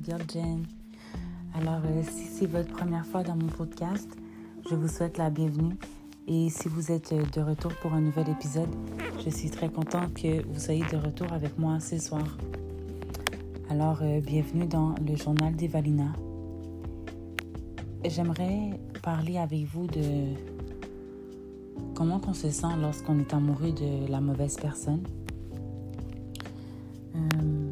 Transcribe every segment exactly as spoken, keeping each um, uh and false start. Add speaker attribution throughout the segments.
Speaker 1: Girl Jen. Alors, euh, si c'est votre première fois dans mon podcast, je vous souhaite la bienvenue. Et si vous êtes de retour pour un nouvel épisode, je suis très contente que vous soyez de retour avec moi ce soir. Alors, euh, bienvenue dans le journal d'Evalina. J'aimerais parler avec vous de comment on se sent lorsqu'on est amoureux de la mauvaise personne. Euh,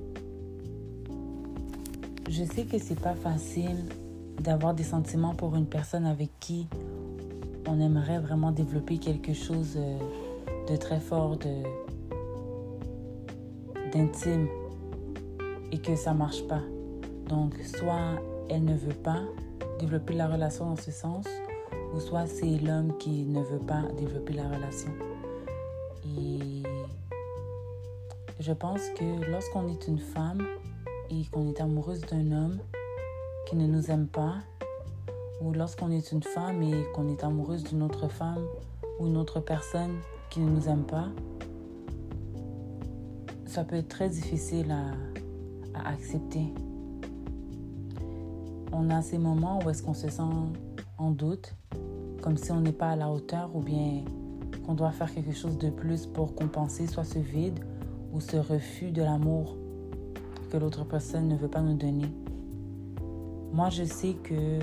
Speaker 1: je sais que c'est pas facile d'avoir des sentiments pour une personne avec qui on aimerait vraiment développer quelque chose de très fort, de, d'intime, et que ça marche pas. Donc, soit elle ne veut pas développer la relation dans ce sens, ou soit c'est l'homme qui ne veut pas développer la relation. Et je pense que lorsqu'on est une femme et qu'on est amoureuse d'un homme qui ne nous aime pas, ou lorsqu'on est une femme et qu'on est amoureuse d'une autre femme ou une autre personne qui ne nous aime pas, ça peut être très difficile à, à accepter. On a ces moments où est-ce qu'on se sent en doute, comme si on n'est pas à la hauteur ou bien qu'on doit faire quelque chose de plus pour compenser soit ce vide ou ce refus de l'amour que l'autre personne ne veut pas nous donner. Moi, je sais que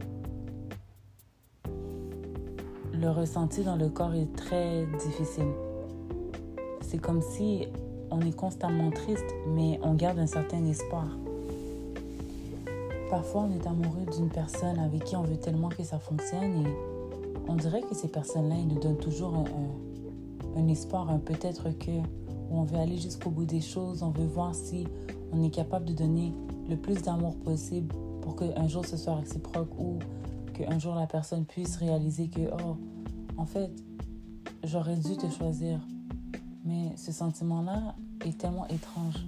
Speaker 1: le ressenti dans le corps est très difficile. C'est comme si on est constamment triste, mais on garde un certain espoir. Parfois, on est amoureux d'une personne avec qui on veut tellement que ça fonctionne et on dirait que ces personnes-là, ils nous donnent toujours un, un, un espoir, un peut-être que, où on veut aller jusqu'au bout des choses, on veut voir si on est capable de donner le plus d'amour possible pour qu'un jour ce soit réciproque ou qu'un jour la personne puisse réaliser que, oh, en fait, j'aurais dû te choisir. Mais ce sentiment-là est tellement étrange.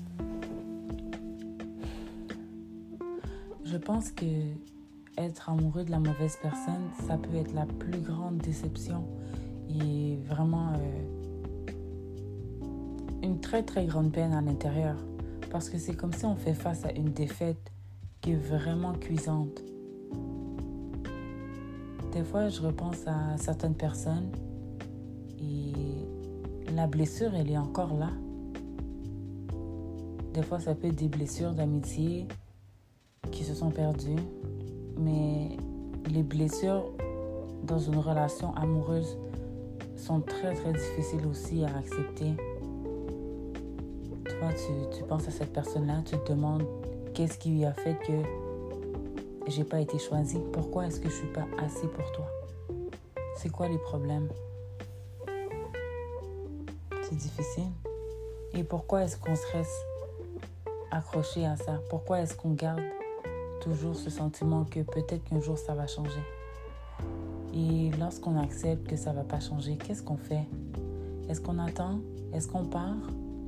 Speaker 1: Je pense que être amoureux de la mauvaise personne, ça peut être la plus grande déception et vraiment euh, une très très grande peine à l'intérieur. Parce que c'est comme si on fait face à une défaite qui est vraiment cuisante. Des fois, je repense à certaines personnes et la blessure, elle est encore là. Des fois, ça peut être des blessures d'amitié qui se sont perdues, mais les blessures dans une relation amoureuse sont très, très difficiles aussi à accepter. Toi, tu, tu penses à cette personne-là, tu te demandes qu'est-ce qui lui a fait que j'ai pas été choisie. Pourquoi est-ce que je suis pas assez pour toi? C'est quoi les problèmes? C'est difficile. Et pourquoi est-ce qu'on se reste accroché à ça? Pourquoi est-ce qu'on garde toujours ce sentiment que peut-être qu'un jour ça va changer? Et lorsqu'on accepte que ça va pas changer, qu'est-ce qu'on fait? Est-ce qu'on attend? Est-ce qu'on part?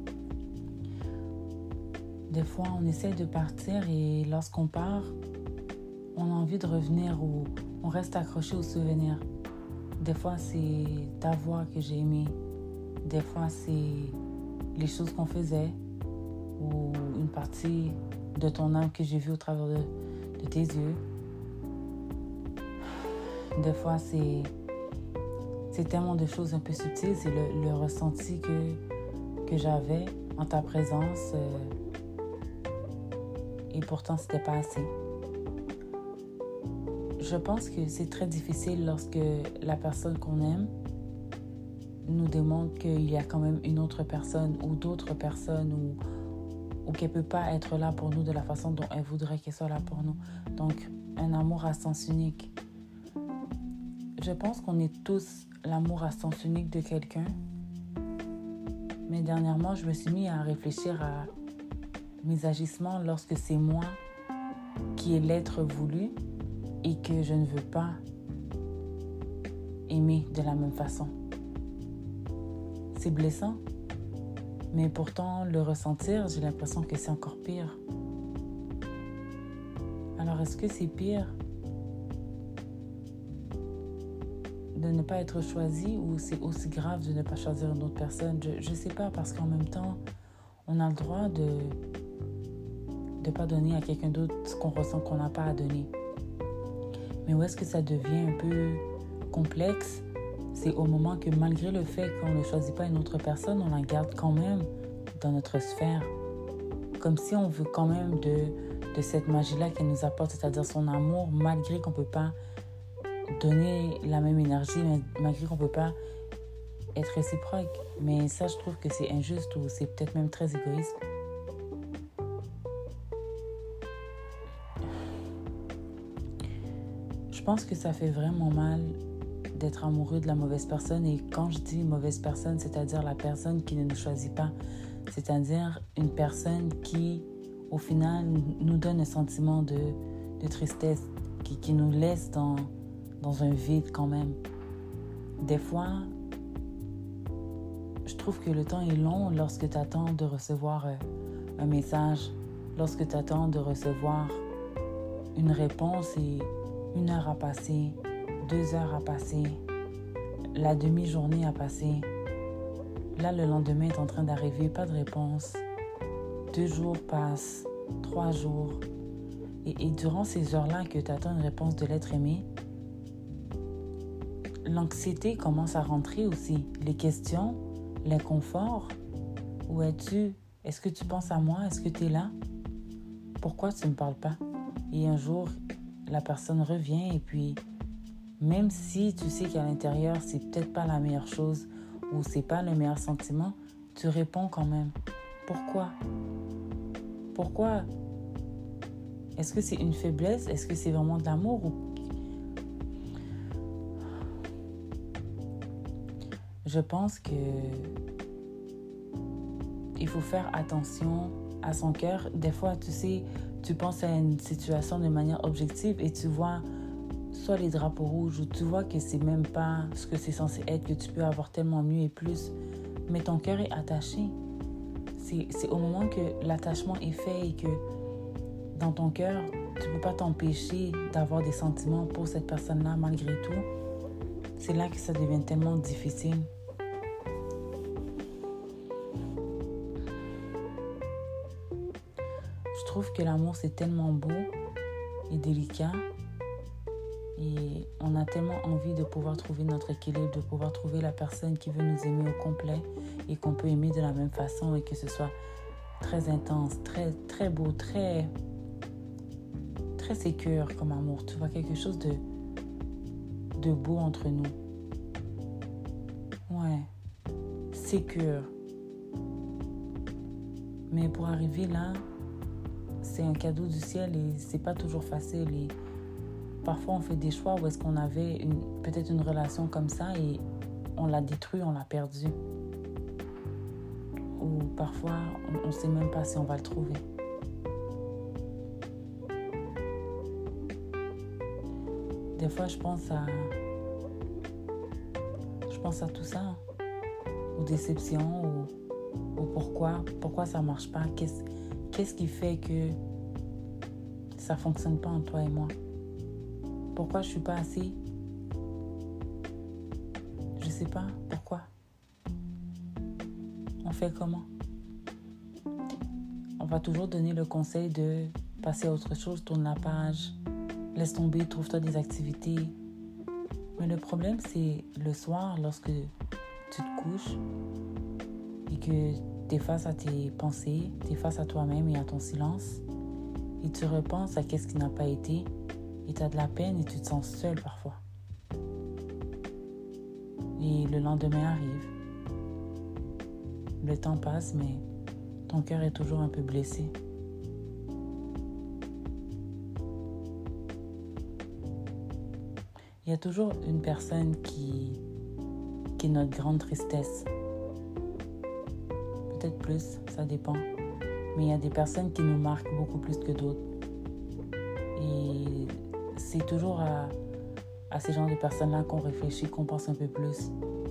Speaker 1: Des fois, on essaie de partir et lorsqu'on part, on a envie de revenir ou on reste accroché aux souvenirs. Des fois, c'est ta voix que j'ai aimée. Des fois, c'est les choses qu'on faisait ou une partie de ton âme que j'ai vue au travers de, de tes yeux. Des fois, c'est, c'est tellement de choses un peu subtiles. C'est le, le ressenti que, que j'avais en ta présence. Euh, et pourtant, c'était pas assez. Je pense que c'est très difficile lorsque la personne qu'on aime nous démontre qu'il y a quand même une autre personne ou d'autres personnes ou, ou qu'elle ne peut pas être là pour nous de la façon dont elle voudrait qu'elle soit là pour nous. Donc, un amour à sens unique. Je pense qu'on est tous l'amour à sens unique de quelqu'un. Mais dernièrement, je me suis mis à réfléchir à mes agissements lorsque c'est moi qui ai l'être voulu et que je ne veux pas aimer de la même façon. C'est blessant, mais pourtant le ressentir, j'ai l'impression que c'est encore pire. Alors est-ce que c'est pire de ne pas être choisi ou c'est aussi grave de ne pas choisir une autre personne? Je ne sais pas, parce qu'en même temps, on a le droit de, de pas donner à quelqu'un d'autre ce qu'on ressent qu'on n'a pas à donner. Mais où est-ce que ça devient un peu complexe, c'est au moment que malgré le fait qu'on ne choisit pas une autre personne, on la garde quand même dans notre sphère. Comme si on veut quand même de, de cette magie-là qu'elle nous apporte, c'est-à-dire son amour, malgré qu'on ne peut pas donner la même énergie, malgré qu'on ne peut pas être réciproque. Mais ça, je trouve que c'est injuste ou c'est peut-être même très égoïste. Je pense que ça fait vraiment mal d'être amoureux de la mauvaise personne. Et quand je dis mauvaise personne, c'est-à-dire la personne qui ne nous choisit pas. C'est-à-dire une personne qui, au final, nous donne un sentiment de, de tristesse, qui, qui nous laisse dans, dans un vide quand même. Des fois, je trouve que le temps est long lorsque tu attends de recevoir un message, lorsque tu attends de recevoir une réponse et une heure a passé, deux heures a passé, la demi-journée a passé. Là, le lendemain est en train d'arriver, pas de réponse. Deux jours passent, trois jours. Et, et durant ces heures-là que tu attends une réponse de l'être aimé, l'anxiété commence à rentrer aussi. Les questions, l'inconfort. Où es-tu? Est-ce que tu penses à moi? Est-ce que tu es là? Pourquoi tu ne me parles pas? Et un jour, la personne revient et puis, même si tu sais qu'à l'intérieur, c'est peut-être pas la meilleure chose ou c'est pas le meilleur sentiment, tu réponds quand même. Pourquoi? Pourquoi? Est-ce que c'est une faiblesse? Est-ce que c'est vraiment de l'amour ou... Je pense que il faut faire attention à son cœur. Des fois, tu sais, tu penses à une situation de manière objective et tu vois soit les drapeaux rouges ou tu vois que c'est même pas ce que c'est censé être, que tu peux avoir tellement mieux et plus. Mais ton cœur est attaché. C'est, c'est au moment que l'attachement est fait et que dans ton cœur, tu ne peux pas t'empêcher d'avoir des sentiments pour cette personne-là malgré tout. C'est là que ça devient tellement difficile. Je trouve que l'amour, c'est tellement beau et délicat. Et on a tellement envie de pouvoir trouver notre équilibre, de pouvoir trouver la personne qui veut nous aimer au complet et qu'on peut aimer de la même façon et que ce soit très intense, très, très beau, très, très sécure comme amour. Tu vois, quelque chose de, de beau entre nous. Ouais, sécure. Mais pour arriver là, c'est un cadeau du ciel et c'est pas toujours facile. Et parfois, on fait des choix où est-ce qu'on avait une, peut-être une relation comme ça et on l'a détruit, on l'a perdu. Ou parfois, on ne sait même pas si on va le trouver. Des fois, je pense à... Je pense à tout ça. Aux déceptions, ou, ou pourquoi, pourquoi ça ne marche pas. Qu'est-ce, qu'est-ce qui fait que ça ne fonctionne pas entre toi et moi? Pourquoi je ne suis pas assez? Je ne sais pas. Pourquoi? On fait comment? On va toujours donner le conseil de passer à autre chose, tourne la page, laisse tomber, trouve-toi des activités. Mais le problème, c'est le soir, lorsque tu te couches et que tu es face à tes pensées, tu es face à toi-même et à ton silence, et tu repenses à qu'est-ce qui n'a pas été, et tu as de la peine et tu te sens seul parfois. Et le lendemain arrive. Le temps passe, mais ton cœur est toujours un peu blessé. Il y a toujours une personne qui, qui est notre grande tristesse. Peut-être plus, ça dépend. Mais il y a des personnes qui nous marquent beaucoup plus que d'autres. Et c'est toujours à, à ces genres de personnes-là qu'on réfléchit, qu'on pense un peu plus.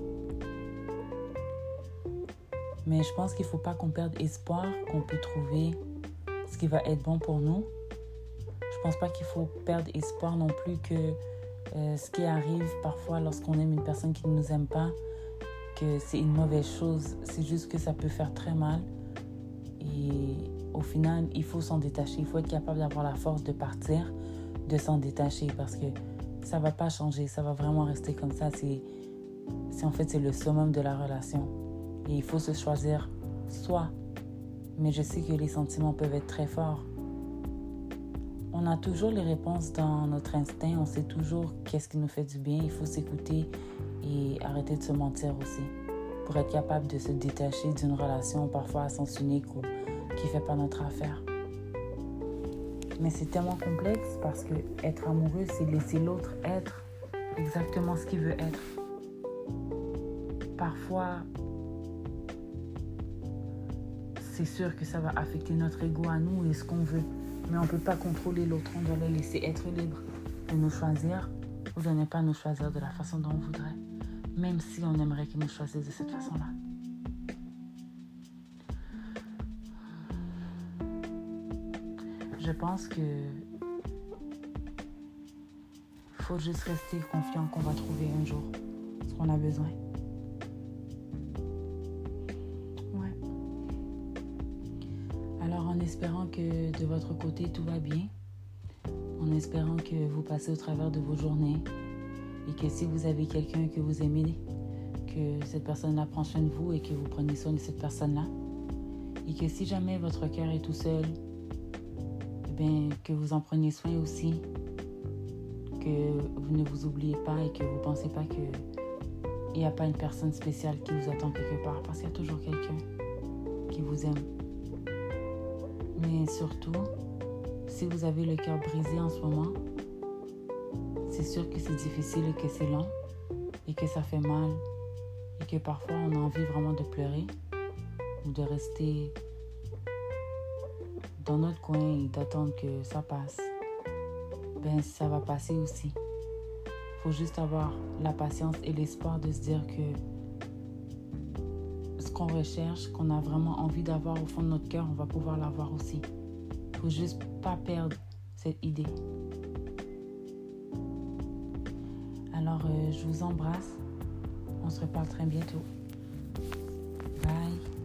Speaker 1: Mais je pense qu'il ne faut pas qu'on perde espoir qu'on peut trouver ce qui va être bon pour nous. Je ne pense pas qu'il faut perdre espoir non plus que euh, ce qui arrive parfois lorsqu'on aime une personne qui ne nous aime pas, que c'est une mauvaise chose. C'est juste que ça peut faire très mal. Et au final, il faut s'en détacher. Il faut être capable d'avoir la force de partir, de s'en détacher parce que ça ne va pas changer. Ça va vraiment rester comme ça. C'est, c'est, en fait, c'est le summum de la relation. Et il faut se choisir soi. Mais je sais que les sentiments peuvent être très forts. On a toujours les réponses dans notre instinct. On sait toujours qu'est-ce qui nous fait du bien. Il faut s'écouter et arrêter de se mentir aussi. Pour être capable de se détacher d'une relation parfois à sens unique ou qui ne fait pas notre affaire. Mais c'est tellement complexe parce que être amoureux, c'est laisser l'autre être exactement ce qu'il veut être. Parfois, c'est sûr que ça va affecter notre ego à nous et ce qu'on veut. Mais on ne peut pas contrôler l'autre. On doit le laisser être libre de nous choisir ou de ne pas nous choisir de la façon dont on voudrait. Même si on aimerait qu'il nous choisisse de cette façon-là. Je pense que faut juste rester confiant qu'on va trouver un jour ce qu'on a besoin. Ouais. Alors en espérant que de votre côté tout va bien, en espérant que vous passez au travers de vos journées et que si vous avez quelqu'un que vous aimez, que cette personne-là prend soin de vous et que vous prenez soin de cette personne-là, et que si jamais votre cœur est tout seul, ben, que vous en preniez soin aussi, que vous ne vous oubliez pas et que vous ne pensez pas qu'il n'y a pas une personne spéciale qui vous attend quelque part, parce qu'il y a toujours quelqu'un qui vous aime. Mais surtout, si vous avez le cœur brisé en ce moment, c'est sûr que c'est difficile et que c'est long et que ça fait mal et que parfois on a envie vraiment de pleurer ou de rester dans notre coin et d'attendre que ça passe. Ben ça va passer aussi. Il faut juste avoir la patience et l'espoir de se dire que ce qu'on recherche, qu'on a vraiment envie d'avoir au fond de notre cœur, on va pouvoir l'avoir aussi. Il ne faut juste pas perdre cette idée. Alors, euh, je vous embrasse. On se reparle très bientôt. Bye.